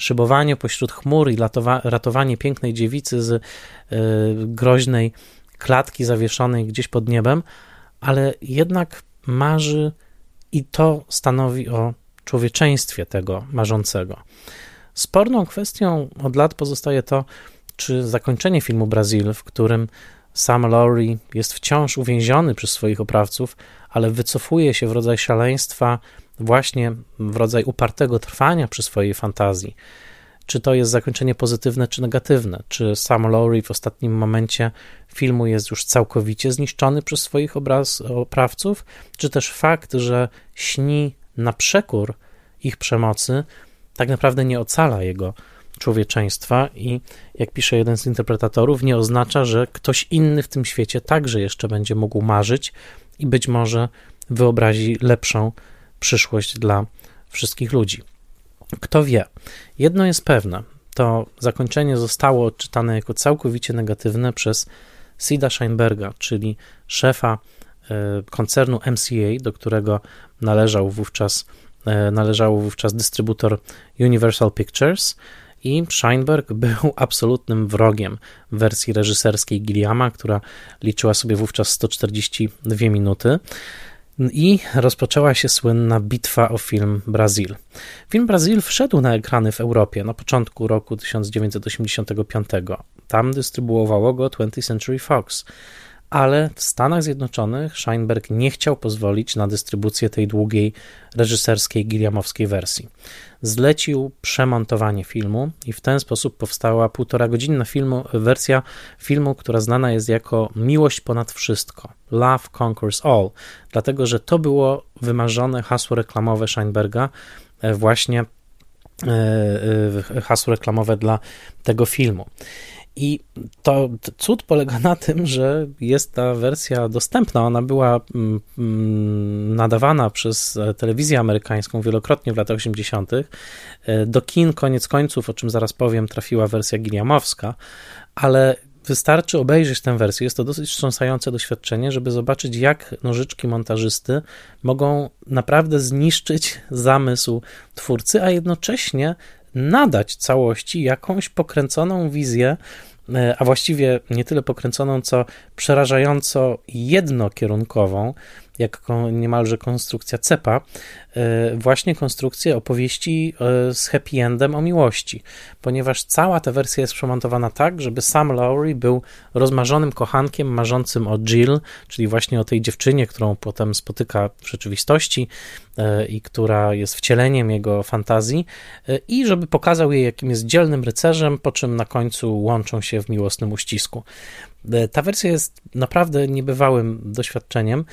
szybowanie pośród chmur i ratowanie pięknej dziewicy z groźnej klatki zawieszonej gdzieś pod niebem, ale jednak marzy i to stanowi o człowieczeństwie tego marzącego. Sporną kwestią od lat pozostaje to, czy zakończenie filmu Brazil, w którym Sam Lowry jest wciąż uwięziony przez swoich oprawców, ale wycofuje się w rodzaj szaleństwa, właśnie w rodzaj upartego trwania przy swojej fantazji. Czy to jest zakończenie pozytywne czy negatywne? Czy Sam Lowry w ostatnim momencie filmu jest już całkowicie zniszczony przez swoich oprawców? Czy też fakt, że śni na przekór ich przemocy, tak naprawdę nie ocala jego człowieczeństwa i, jak pisze jeden z interpretatorów, nie oznacza, że ktoś inny w tym świecie także jeszcze będzie mógł marzyć i być może wyobrazi lepszą przyszłość dla wszystkich ludzi. Kto wie? Jedno jest pewne, to zakończenie zostało odczytane jako całkowicie negatywne przez Sida Sheinberga, czyli szefa koncernu MCA, do którego należał wówczas dystrybutor Universal Pictures, i Sheinberg był absolutnym wrogiem wersji reżyserskiej Gilliama, która liczyła sobie wówczas 142 minuty. I rozpoczęła się słynna bitwa o film Brazil. Film Brazil wszedł na ekrany w Europie na początku roku 1985. Tam dystrybuowało go 20th Century Fox, ale w Stanach Zjednoczonych Sheinberg nie chciał pozwolić na dystrybucję tej długiej reżyserskiej gilliamowskiej wersji. Zlecił przemontowanie filmu i w ten sposób powstała 1,5-godzinna wersja filmu, która znana jest jako Miłość ponad wszystko, Love Conquers All, dlatego że to było wymarzone hasło reklamowe Sheinberga, właśnie hasło reklamowe dla tego filmu. I to cud polega na tym, że jest ta wersja dostępna. Ona była nadawana przez telewizję amerykańską wielokrotnie w latach 80. Do kin koniec końców, o czym zaraz powiem, trafiła wersja gilliamowska, ale wystarczy obejrzeć tę wersję. Jest to dosyć wstrząsające doświadczenie, żeby zobaczyć, jak nożyczki montażysty mogą naprawdę zniszczyć zamysł twórcy, a jednocześnie nadać całości jakąś pokręconą wizję, a właściwie nie tyle pokręconą, co przerażająco jednokierunkową, jak niemalże konstrukcja cepa, właśnie konstrukcję opowieści z happy endem o miłości, ponieważ cała ta wersja jest przemontowana tak, żeby Sam Lowry był rozmarzonym kochankiem marzącym o Jill, czyli właśnie o tej dziewczynie, którą potem spotyka w rzeczywistości i która jest wcieleniem jego fantazji, i żeby pokazał jej, jakim jest dzielnym rycerzem, po czym na końcu łączą się w miłosnym uścisku. Ta wersja jest naprawdę niebywałym doświadczeniem.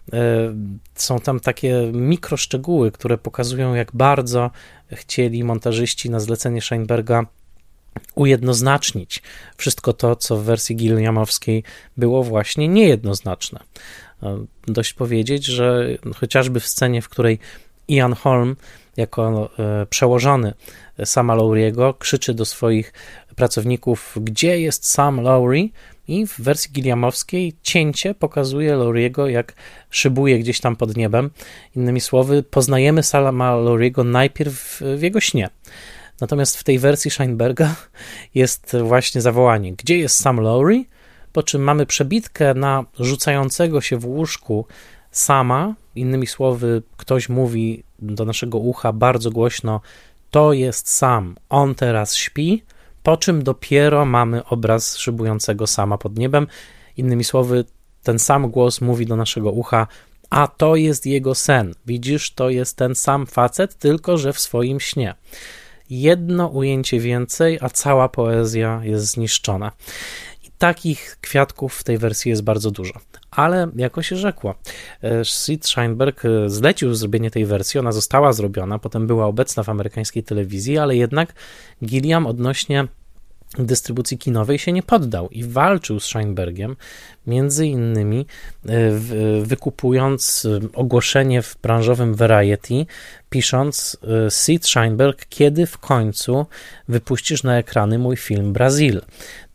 Są tam takie mikroszczegóły, które pokazują, jak bardzo chcieli montażyści na zlecenie Sheinberga ujednoznacznić wszystko to, co w wersji gilliamowskiej było właśnie niejednoznaczne. Dość powiedzieć, że chociażby w scenie, w której Ian Holm jako przełożony Sama Lowry'ego krzyczy do swoich pracowników, gdzie jest Sam Lowry, i w wersji gilliamowskiej cięcie pokazuje Lowry'ego, jak szybuje gdzieś tam pod niebem. Innymi słowy, poznajemy Sama Lowry'ego najpierw w jego śnie. Natomiast w tej wersji Sheinberga jest właśnie zawołanie, gdzie jest Sam Lowry, po czym mamy przebitkę na rzucającego się w łóżku Sama. Innymi słowy, ktoś mówi do naszego ucha bardzo głośno, to jest Sam, on teraz śpi, po czym dopiero mamy obraz szybującego Sama pod niebem. Innymi słowy, ten sam głos mówi do naszego ucha, a to jest jego sen. Widzisz, to jest ten sam facet, tylko że w swoim śnie. Jedno ujęcie więcej, a cała poezja jest zniszczona. I takich kwiatków w tej wersji jest bardzo dużo. Ale jako się rzekło, Sid Sheinberg zlecił zrobienie tej wersji, ona została zrobiona, potem była obecna w amerykańskiej telewizji, ale jednak Gilliam odnośnie dystrybucji kinowej się nie poddał i walczył z Sheinbergiem, między innymi wykupując ogłoszenie w branżowym Variety, pisząc: Sid Sheinberg, kiedy w końcu wypuścisz na ekrany mój film Brazil?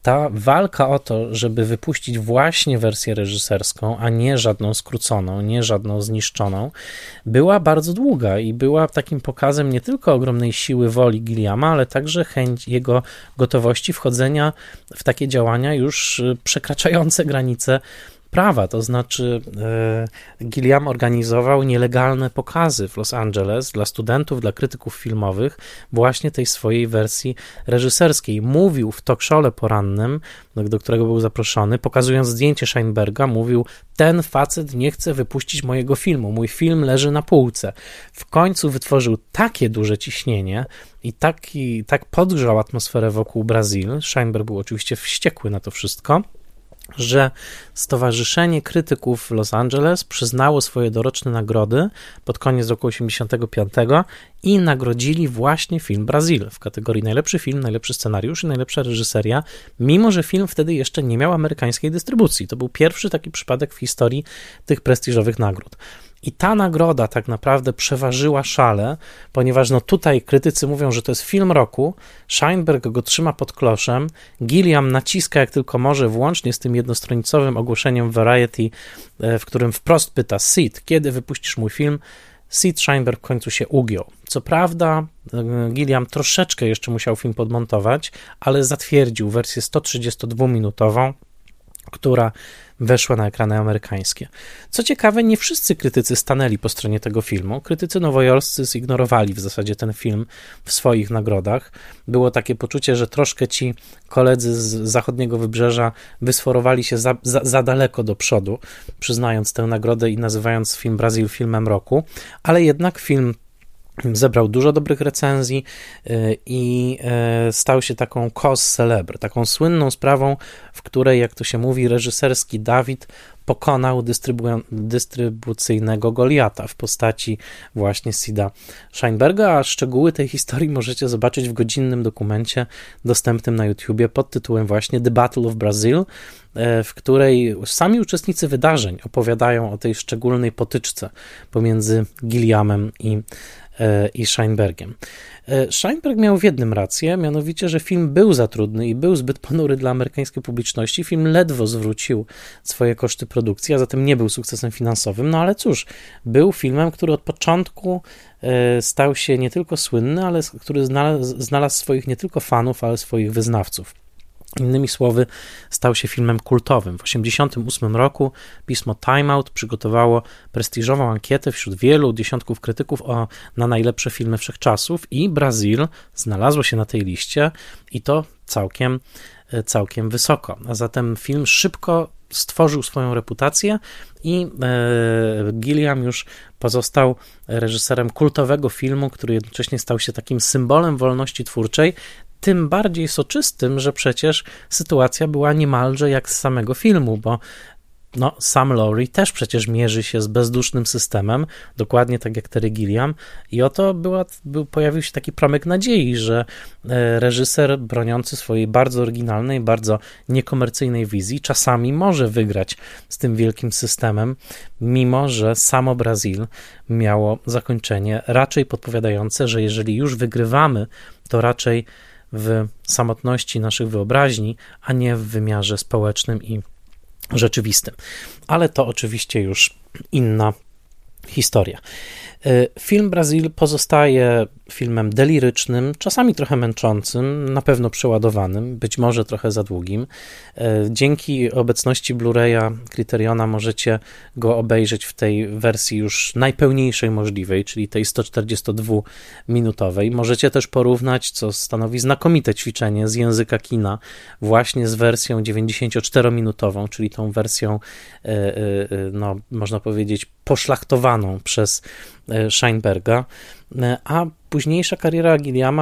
ta walka o to, żeby wypuścić właśnie wersję reżyserską, a nie żadną skróconą, nie żadną zniszczoną, była bardzo długa i była takim pokazem nie tylko ogromnej siły woli Gilliama, ale także chęć jego gotowości wchodzenia w takie działania już przekraczające granice prawa, to znaczy Gilliam organizował nielegalne pokazy w Los Angeles dla studentów, dla krytyków filmowych właśnie tej swojej wersji reżyserskiej. Mówił w talk show'le porannym, do którego był zaproszony, pokazując zdjęcie Sheinberga, mówił: ten facet nie chce wypuścić mojego filmu, mój film leży na półce. W końcu wytworzył takie duże ciśnienie i tak podgrzał atmosferę wokół Brazil. Sheinberg był oczywiście wściekły na to wszystko, że Stowarzyszenie Krytyków w Los Angeles przyznało swoje doroczne nagrody pod koniec roku 1985 i nagrodzili właśnie film Brazil w kategorii najlepszy film, najlepszy scenariusz i najlepsza reżyseria, mimo że film wtedy jeszcze nie miał amerykańskiej dystrybucji. To był pierwszy taki przypadek w historii tych prestiżowych nagród. I ta nagroda tak naprawdę przeważyła szale, ponieważ tutaj krytycy mówią, że to jest film roku, Sheinberg go trzyma pod kloszem, Gilliam naciska jak tylko może, włącznie z tym jednostronicowym ogłoszeniem Variety, w którym wprost pyta: Sid, kiedy wypuścisz mój film? Sid Sheinberg w końcu się ugiął. Co prawda Gilliam troszeczkę jeszcze musiał film podmontować, ale zatwierdził wersję 132-minutową, która weszła na ekrany amerykańskie. Co ciekawe, nie wszyscy krytycy stanęli po stronie tego filmu. Krytycy nowojorscy zignorowali w zasadzie ten film w swoich nagrodach. Było takie poczucie, że troszkę ci koledzy z zachodniego wybrzeża wysforowali się za daleko do przodu, przyznając tę nagrodę i nazywając film Brazil filmem roku, ale jednak film zebrał dużo dobrych recenzji i stał się taką cause célèbre, taką słynną sprawą, w której, jak to się mówi, reżyserski Dawid pokonał dystrybucyjnego Goliata w postaci właśnie Sida Sheinberga, a szczegóły tej historii możecie zobaczyć w godzinnym dokumencie dostępnym na YouTubie pod tytułem właśnie The Battle of Brazil, w której sami uczestnicy wydarzeń opowiadają o tej szczególnej potyczce pomiędzy Gilliamem i Sheinbergiem. Sheinberg miał w jednym rację, mianowicie, że film był za trudny i był zbyt ponury dla amerykańskiej publiczności. Film ledwo zwrócił swoje koszty produkcji, a zatem nie był sukcesem finansowym, no ale cóż, był filmem, który od początku stał się nie tylko słynny, ale który znalazł swoich nie tylko fanów, ale swoich wyznawców. Innymi słowy, stał się filmem kultowym. W 1988 roku pismo Time Out przygotowało prestiżową ankietę wśród wielu dziesiątków krytyków na najlepsze filmy wszechczasów i Brazil znalazło się na tej liście i to całkiem wysoko. A zatem film szybko stworzył swoją reputację i Gilliam już pozostał reżyserem kultowego filmu, który jednocześnie stał się takim symbolem wolności twórczej, tym bardziej soczystym, że przecież sytuacja była niemalże jak z samego filmu, bo Sam Laurie też przecież mierzy się z bezdusznym systemem, dokładnie tak jak Terry Gilliam, i oto pojawił się taki promyk nadziei, że reżyser broniący swojej bardzo oryginalnej, bardzo niekomercyjnej wizji czasami może wygrać z tym wielkim systemem, mimo że samo Brazil miało zakończenie raczej podpowiadające, że jeżeli już wygrywamy, to raczej w samotności naszych wyobraźni, a nie w wymiarze społecznym i rzeczywistym. Ale to oczywiście już inna historia. Film Brazil pozostaje filmem delirycznym, czasami trochę męczącym, na pewno przeładowanym, być może trochę za długim. Dzięki obecności Blu-raya Criteriona możecie go obejrzeć w tej wersji już najpełniejszej możliwej, czyli tej 142-minutowej. Możecie też porównać, co stanowi znakomite ćwiczenie z języka kina, właśnie z wersją 94-minutową, czyli tą wersją, można powiedzieć, poszlachtowaną przez Sheinberga, a późniejsza kariera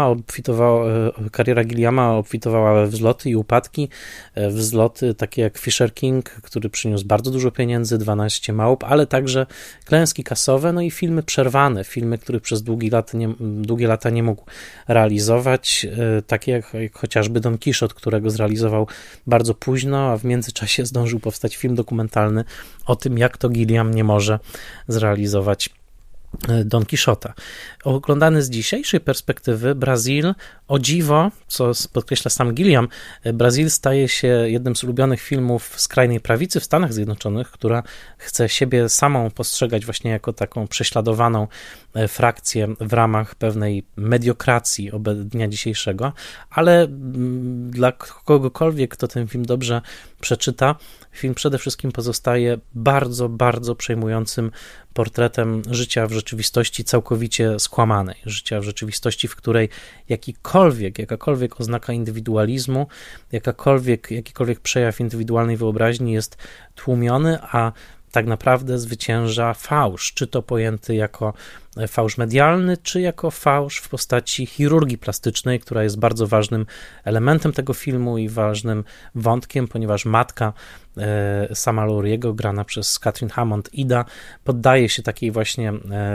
Gilliama obfitowała we wzloty i upadki. Wzloty takie jak Fisher King, który przyniósł bardzo dużo pieniędzy, 12 małp, ale także klęski kasowe, i filmy przerwane, filmy, których przez długie lata nie mógł realizować, takie jak chociażby Don Quixote, którego zrealizował bardzo późno, a w międzyczasie zdążył powstać film dokumentalny o tym, jak to Gilliam nie może zrealizować Don Quixota. Oglądany z dzisiejszej perspektywy Brazil, o dziwo, co podkreśla sam Gilliam, Brazil staje się jednym z ulubionych filmów skrajnej prawicy w Stanach Zjednoczonych, która chce siebie samą postrzegać właśnie jako taką prześladowaną frakcję w ramach pewnej mediokracji dnia dzisiejszego, ale dla kogokolwiek, kto ten film dobrze przeczyta, film przede wszystkim pozostaje bardzo, bardzo przejmującym portretem życia w rzeczywistości całkowicie skłamanej, życia w rzeczywistości, w której jakakolwiek oznaka indywidualizmu, jakikolwiek przejaw indywidualnej wyobraźni jest tłumiony, a tak naprawdę zwycięża fałsz, czy to pojęty jako fałsz medialny, czy jako fałsz w postaci chirurgii plastycznej, która jest bardzo ważnym elementem tego filmu i ważnym wątkiem, ponieważ matka Sama Lauriego, grana przez Kathryn Hammond, Ida, poddaje się takiej właśnie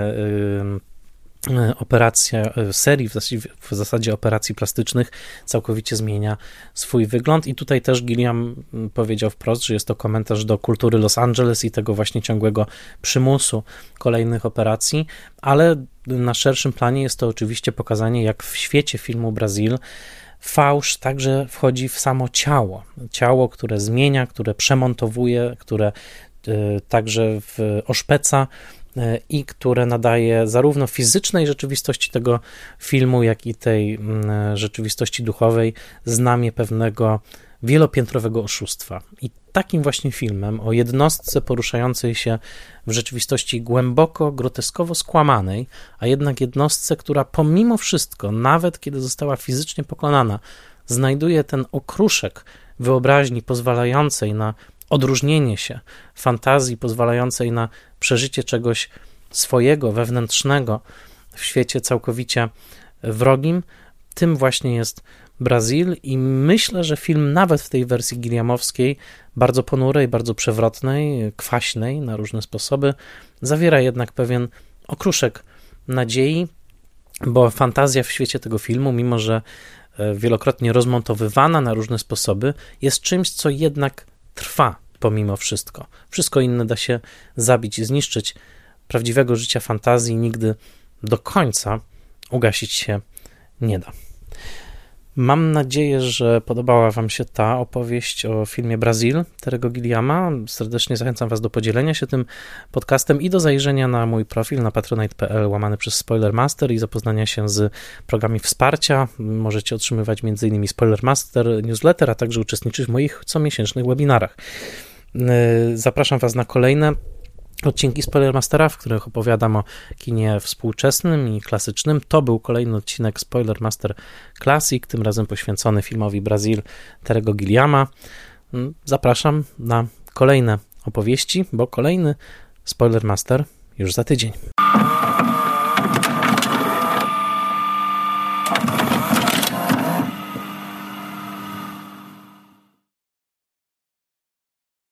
serii, w zasadzie operacji plastycznych, całkowicie zmienia swój wygląd i tutaj też Gilliam powiedział wprost, że jest to komentarz do kultury Los Angeles i tego właśnie ciągłego przymusu kolejnych operacji, ale na szerszym planie jest to oczywiście pokazanie, jak w świecie filmu Brazil fałsz także wchodzi w samo ciało, które zmienia, które przemontowuje, które także oszpeca i które nadaje zarówno fizycznej rzeczywistości tego filmu, jak i tej rzeczywistości duchowej znamię pewnego wielopiętrowego oszustwa. I takim właśnie filmem o jednostce poruszającej się w rzeczywistości głęboko, groteskowo skłamanej, a jednak jednostce, która pomimo wszystko, nawet kiedy została fizycznie pokonana, znajduje ten okruszek wyobraźni pozwalającej na odróżnienie się, fantazji pozwalającej na przeżycie czegoś swojego, wewnętrznego w świecie całkowicie wrogim, tym właśnie jest Brazil i myślę, że film nawet w tej wersji gilliamowskiej, bardzo ponurej, bardzo przewrotnej, kwaśnej na różne sposoby, zawiera jednak pewien okruszek nadziei, bo fantazja w świecie tego filmu, mimo że wielokrotnie rozmontowywana na różne sposoby, jest czymś, co jednak trwa pomimo wszystko. Wszystko inne da się zabić i zniszczyć. Prawdziwego życia fantazji nigdy do końca ugasić się nie da. Mam nadzieję, że podobała Wam się ta opowieść o filmie Brazil Terry'ego Gilliama. Serdecznie zachęcam Was do podzielenia się tym podcastem i do zajrzenia na mój profil na patronite.pl/Spoilermaster i zapoznania się z programami wsparcia. Możecie otrzymywać m.in. Spoilermaster newsletter, a także uczestniczyć w moich comiesięcznych webinarach. Zapraszam Was na kolejne odcinki Spoilermastera, w których opowiadam o kinie współczesnym i klasycznym. To był kolejny odcinek Spoilermaster Classic, tym razem poświęcony filmowi Brazil Terry'ego Gilliama. Zapraszam na kolejne opowieści, bo kolejny Spoilermaster już za tydzień.